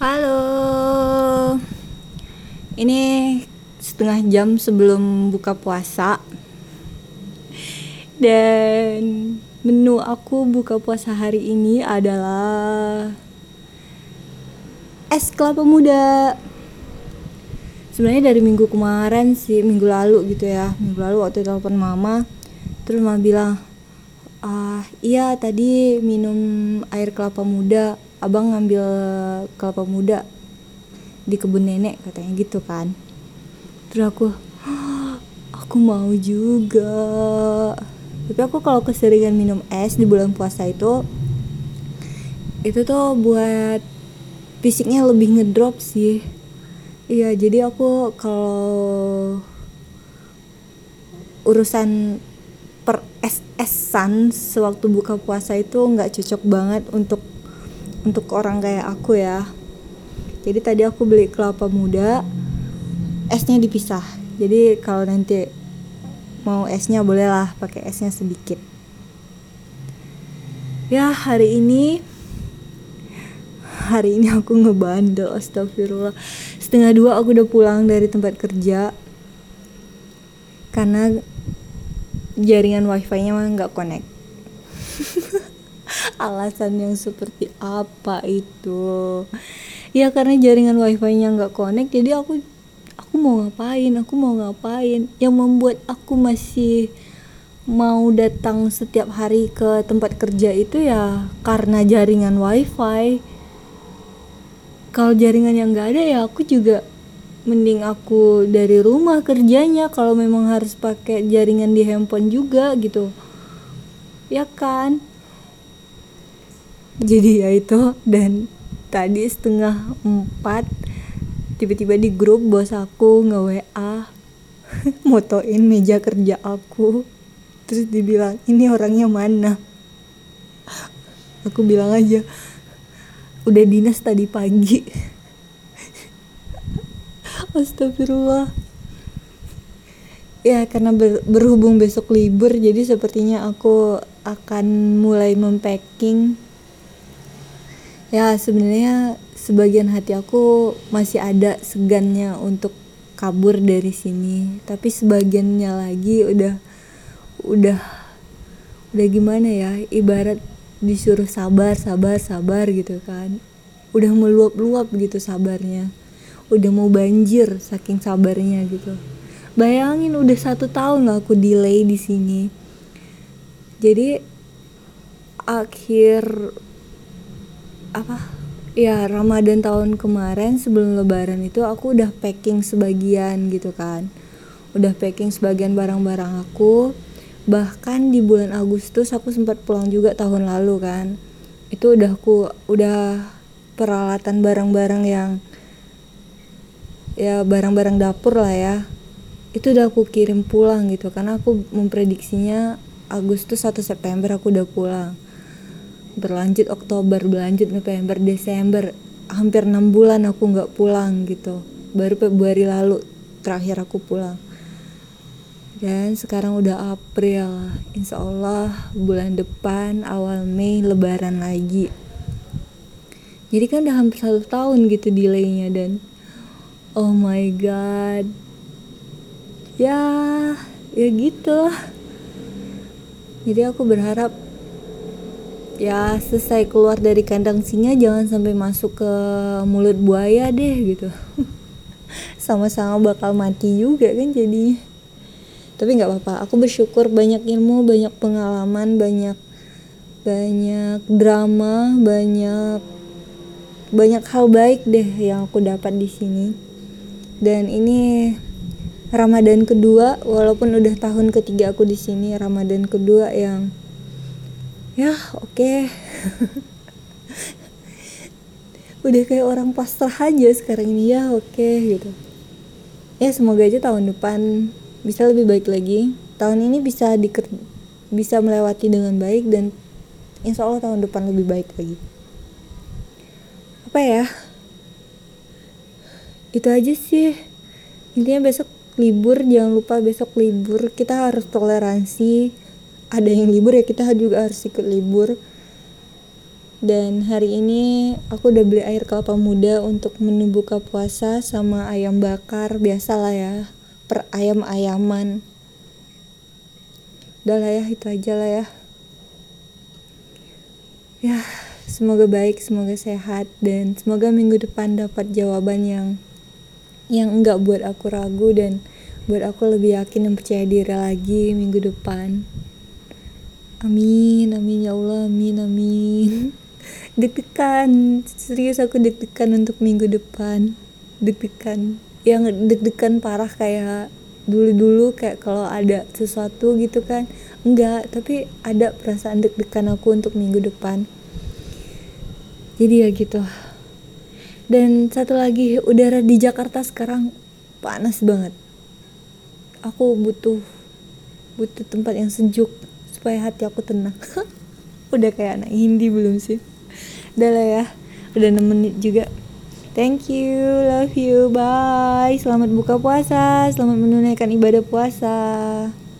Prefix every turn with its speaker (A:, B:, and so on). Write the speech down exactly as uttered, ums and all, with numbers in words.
A: Halo, ini setengah jam sebelum buka puasa dan menu aku buka puasa hari ini adalah es kelapa muda. Sebenarnya dari minggu kemarin sih, minggu lalu gitu ya, minggu lalu waktu telepon mama, terus mama bilang, ah iya tadi minum air kelapa muda, abang ngambil kelapa muda di kebun nenek katanya gitu kan. Terus aku aku mau juga, tapi aku kalau keseringan minum es di bulan puasa itu itu tuh buat fisiknya lebih ngedrop sih. Iya, jadi aku kalau urusan per es-esan sewaktu buka puasa itu nggak cocok banget untuk untuk orang kayak aku ya. Jadi tadi aku beli kelapa muda, esnya dipisah. Jadi kalau nanti mau esnya bolehlah pakai esnya sedikit. Ya hari ini hari ini aku ngebandel, astagfirullah. Setengah dua aku udah pulang dari tempat kerja karena jaringan wifi-nya mah nggak connect. Alasan yang seperti apa itu? Ya karena jaringan wifi-nya nggak connect, jadi aku aku mau ngapain? Aku mau ngapain? Yang membuat aku masih mau datang setiap hari ke tempat kerja itu ya karena jaringan wifi. Kalau jaringan yang nggak ada ya aku juga mending aku dari rumah kerjanya kalau memang harus pakai jaringan di handphone juga gitu ya kan. Jadi ya itu, dan tadi setengah empat tiba-tiba di grup bos aku nge-W A motoin meja kerja aku, terus dibilang ini orangnya mana. Aku bilang aja udah dinas tadi pagi. Astagfirullah. Ya karena ber, berhubung besok libur, jadi sepertinya aku akan mulai mempacking. Ya sebenarnya sebagian hati aku masih ada segannya untuk kabur dari sini, tapi sebagiannya lagi udah udah udah gimana ya, ibarat disuruh sabar sabar sabar gitu kan, udah meluap-luap gitu sabarnya, udah mau banjir saking sabarnya gitu. Bayangin udah satu tahun lah aku delay di sini. Jadi akhir apa ya Ramadan tahun kemarin sebelum lebaran itu aku udah packing sebagian gitu kan, udah packing sebagian barang-barang aku. Bahkan di bulan Agustus aku sempat pulang juga tahun lalu kan, itu udah aku udah peralatan barang-barang yang ya barang-barang dapur lah ya, itu udah aku kirim pulang gitu karena aku memprediksinya Agustus atau September aku udah pulang. Berlanjut Oktober, berlanjut November, Desember, hampir enam bulan aku nggak pulang gitu. Baru Februari lalu terakhir aku pulang. Dan sekarang udah April, insya Allah bulan depan awal Mei lebaran lagi. Jadi kan udah hampir satu tahun gitu delaynya, dan oh my god, ya ya gitu. Jadi aku berharap ya selesai keluar dari kandang singa jangan sampai masuk ke mulut buaya deh gitu. Sama-sama bakal mati juga kan jadinya. Tapi nggak apa-apa, aku bersyukur banyak ilmu, banyak pengalaman, banyak banyak drama, banyak banyak hal baik deh yang aku dapat di sini. Dan ini Ramadan kedua, walaupun udah tahun ketiga aku di sini, Ramadan kedua yang ya oke okay. Udah kayak orang pasrah aja sekarang ini, ya oke okay, gitu. Ya semoga aja tahun depan bisa lebih baik lagi. Tahun ini bisa diker- bisa melewati dengan baik, dan insya Allah tahun depan lebih baik lagi. Apa ya? Itu aja sih. Intinya besok libur, jangan lupa besok libur. Kita harus toleransi. Ada yang libur ya kita juga harus ikut libur. Dan hari ini aku udah beli air kelapa muda untuk menu buka puasa sama ayam bakar, biasalah ya, per ayam-ayaman. Udah lah ya, itu aja lah ya. Ya, semoga baik, semoga sehat, dan semoga minggu depan dapat jawaban yang yang enggak buat aku ragu dan buat aku lebih yakin dan percaya diri lagi minggu depan. Amin, amin ya Allah, amin, amin. Deg-degan, serius aku deg-degan untuk minggu depan. Deg-degan, yang deg-degan parah kayak dulu-dulu, kayak kalau ada sesuatu gitu kan. Enggak, tapi ada perasaan deg-degan aku untuk minggu depan. Jadi ya gitu. Dan satu lagi, udara di Jakarta sekarang panas banget. Aku butuh butuh tempat yang sejuk supaya hati aku tenang. Udah kayak anak Hindi belum sih? Udah lah ya, udah enam menit juga. Thank you, love you, bye. Selamat buka puasa, selamat menunaikan ibadah puasa.